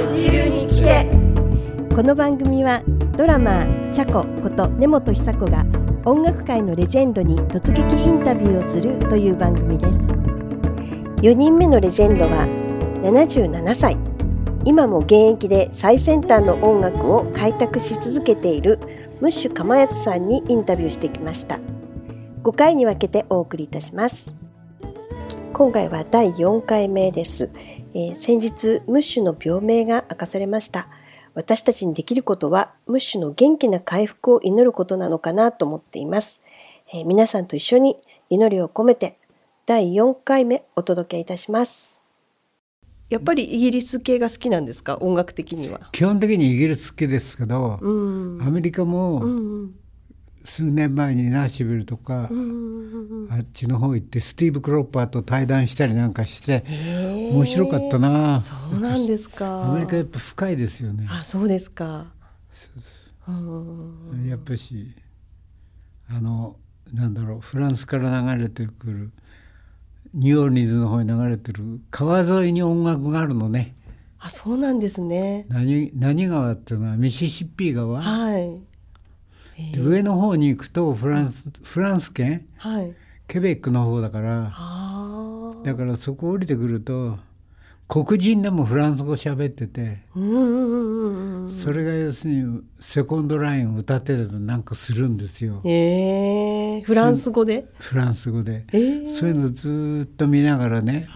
ちるに来て。 この番組はドラマーチャコこと根本久子が音楽界のレジェンドに突撃インタビューをするという番組です。4人目のレジェンドは77歳。今も現役で最先端の音楽を開拓し続けているムッシュかまやつさんにインタビューしてきました。5回に分けてお送りいたします。今回は第4回目です。先日ムッシュの病名が明かされました。私たちにできることはムッシュの元気な回復を祈ることなのかなと思っています。皆さんと一緒に祈りを込めて第4回目お届けいたします。やっぱりイギリス系が好きなんですか、音楽的には。 基本的にイギリス系ですけど、アメリカも数年前にナッシュビルとか、あっちの方行ってスティーブ・クロッパーと対談したりなんかして面白かったな。 そうなんですか。 アメリカやっぱ深いですよね。 あ、そうですか。 やっぱしなんだろう、フランスから流れてくるニューオーリンズの方に流れてる川沿いに音楽があるのね。 あ、そうなんですね。 何川っていうのはミシシッピ川、 はい。 で上の方に行くとフランス圏、 はい、 ケベックの方だから、だからそこ降りてくると黒人でもフランス語喋ってて、それが要するにセコンドラインを歌ってるとなんかするんですよ。 フランス語で？ フランス語で、そういうのずっと見ながらね、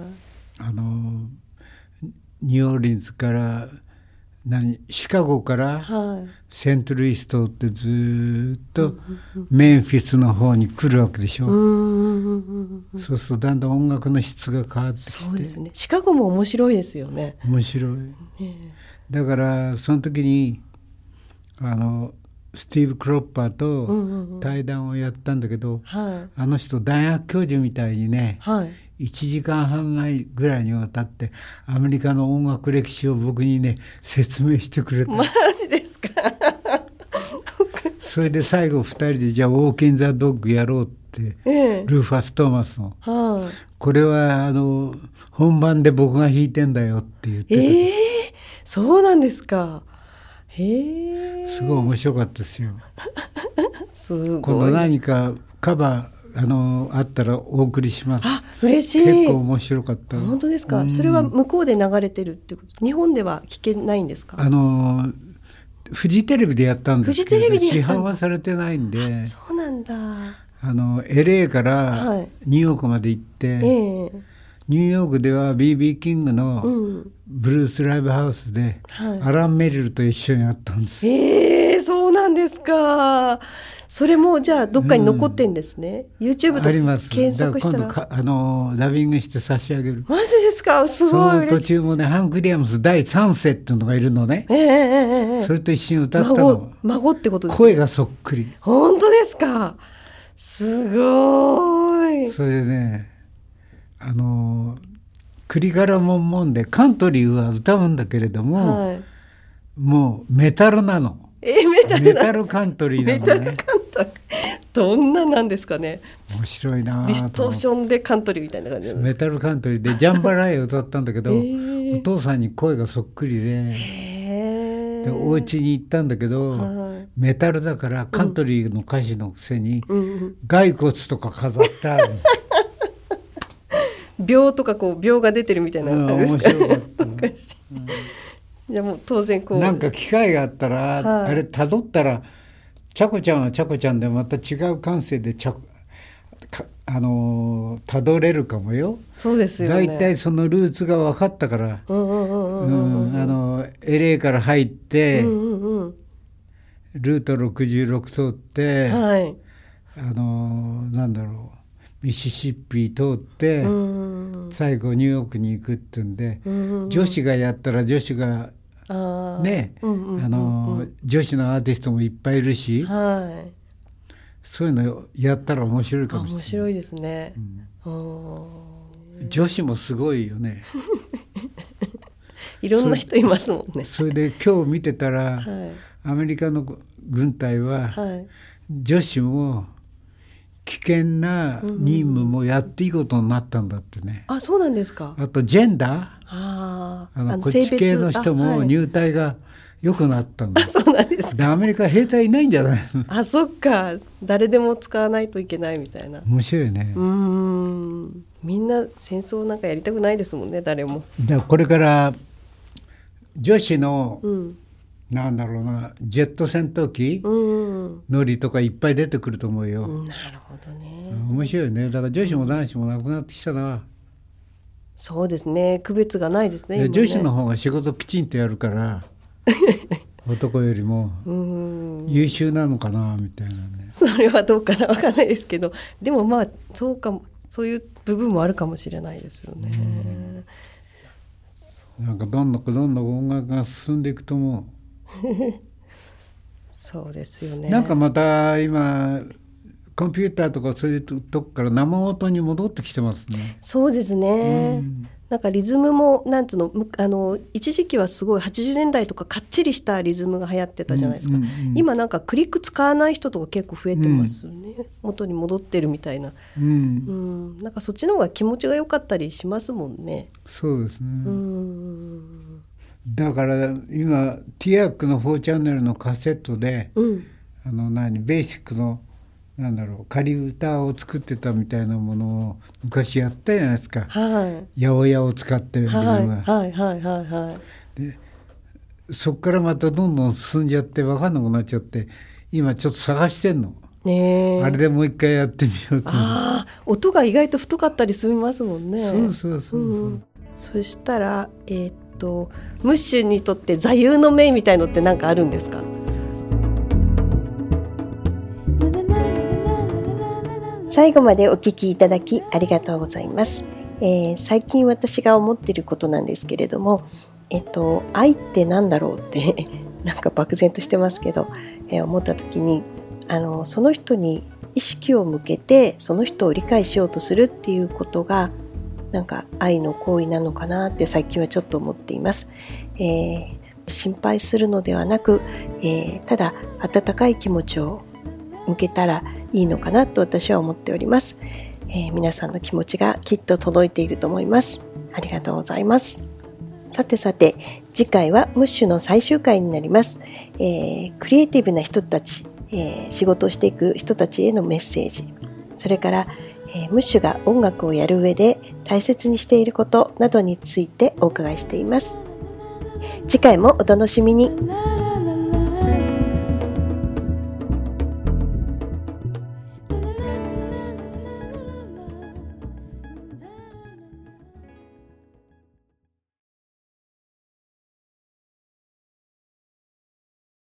ニューオーリンズからシカゴからセントルイス通ってずっとメンフィスの方に来るわけでしょ。そうするとだんだん音楽の質が変わってきて。 そうですね。シカゴも面白いですよね。 面白い。だからその時にスティーブ・クロッパーと対談をやったんだけど、あの人大学教授みたいにね、1時間半ぐらいにわたってアメリカの音楽歴史を僕にね説明してくれた。 マジですか？ それで最後2人でじゃあウォーキン・ザ・ドッグやろうって、ルーファス・トーマスの、これは本番で僕が弾いてんだよって言ってた。 そうなんですか。 すごい面白かったですよ。 すごい。 今度何かカバーあったらお送りします。 あ、嬉しい。 結構面白かった。 本当ですか？それは向こうで流れてるってこと？日本では聞けないんですか？ フジテレビでやったんですけど、市販ははされてないんで。 そうなんだ。 LA からニューヨークまで行って、ニューヨークでは BB キングのブルースライブハウスでアラン・メリルと一緒にやったんです。 そうなんですか。それもじゃあどっかに残ってんですね。YouTube と検索したら。 今度ダビングして差し上げる。 マジですか？すごい嬉しい。 その途中もね、ハンク・ウィリアムス第3世っていうのがいるのね。それと一緒に歌ったの。 孫ってことですか？ 声がそっくり。 本当ですか？すごい。 それでね、クリカラモンモンでカントリーは歌うんだけれども、もうメタルなの。メタルカントリーなのね。 どんななんですかね。 面白いな。 ディストーションでカントリーみたいな感じなんですか？ メタルカントリーでジャンバラヤ歌ったんだけど、お父さんに声がそっくりで、お家に行ったんだけど、メタルだからカントリーの歌詞のくせに骸骨とか飾ってある。 秒とか秒が出てるみたいな感じですか？面白かった。じゃあもう当然なんか機会があったら、あれ辿ったらチャコちゃんはチャコちゃんでまた違う感性で辿れるかもよ。 そうですよね。 だいたいそのルーツが分かったから、LA から入って、ルート66通って、なんだろう、ミシシッピ通って、最後ニューヨークに行くっていうんで、女子がやったら女子がね、女子のアーティストもいっぱいいるし、そういうのやったら面白いかもしれない。 面白いですね。 女子もすごいよね。 いろんな人いますもんね。 それで今日見てたら、アメリカの軍隊は、女子も危険な任務もやっていいことになったんだってね。 あ、そうなんですか。 あとジェンダこっち系の人も入隊が良くなったんだ。 そうなんですでアメリカ兵隊いないんじゃないの？ そっか、誰でも使わないといけないみたいな。 面白いね。 みんな戦争なんかやりたくないですもんね、誰も。 だからこれから女子の、なんだろうな、ジェット戦闘機、乗りとかいっぱい出てくると思うよ。 なるほどね。 面白いね。だから女子も男子もなくなってきたな。 そうですね、区別がないですね。今ね、 女子の方が仕事きちんとやるから男よりも優秀なのかなみたいなね。 それはどうかな、分かんないですけど、でもまあそうかも、そういう部分もあるかもしれないですよね。 なんかどんどん音楽が進んでいくと思う。 そうですよね。 なんかまた今コンピューターとかそういうとこから生音に戻ってきてますね。 そうですね、なんかリズムもなんていうの、一時期はすごい80年代とかかっちりしたリズムが流行ってたじゃないですか、今なんかクリック使わない人とか結構増えてますよね、元に戻ってるみたいな、なんかそっちの方が気持ちが良かったりしますもんね。 そうですね。だから今ティアックの4チャンネルのカセットで、ベーシックのなんだろう、仮歌を作ってたみたいなものを昔やったじゃないですか、八百屋を使ってリズムが、でそっからまたどんどん進んじゃって分かんなくなっちゃって、今ちょっと探してんの、あれでもう一回やってみようと思う。 音が意外と太かったりしますもんね。 そう、 そしたらムッシュにとって座右の銘みたいのって何かあるんですか？最後までお聞きいただきありがとうございます。最近私が思っていることなんですけれども、愛ってなんだろうってなんか漠然としてますけど、思った時にその人に意識を向けてその人を理解しようとするっていうことがなんか愛の行為なのかなって最近はちょっと思っています。心配するのではなく、ただ温かい気持ちを向けたらいいのかなと私は思っております。皆さんの気持ちがきっと届いていると思います。ありがとうございます。さて次回はムッシュの最終回になります。クリエイティブな人たち、仕事をしていく人たちへのメッセージ、それからムッシュが音楽をやる上で大切にしていることなどについてお伺いしています。次回もお楽しみに。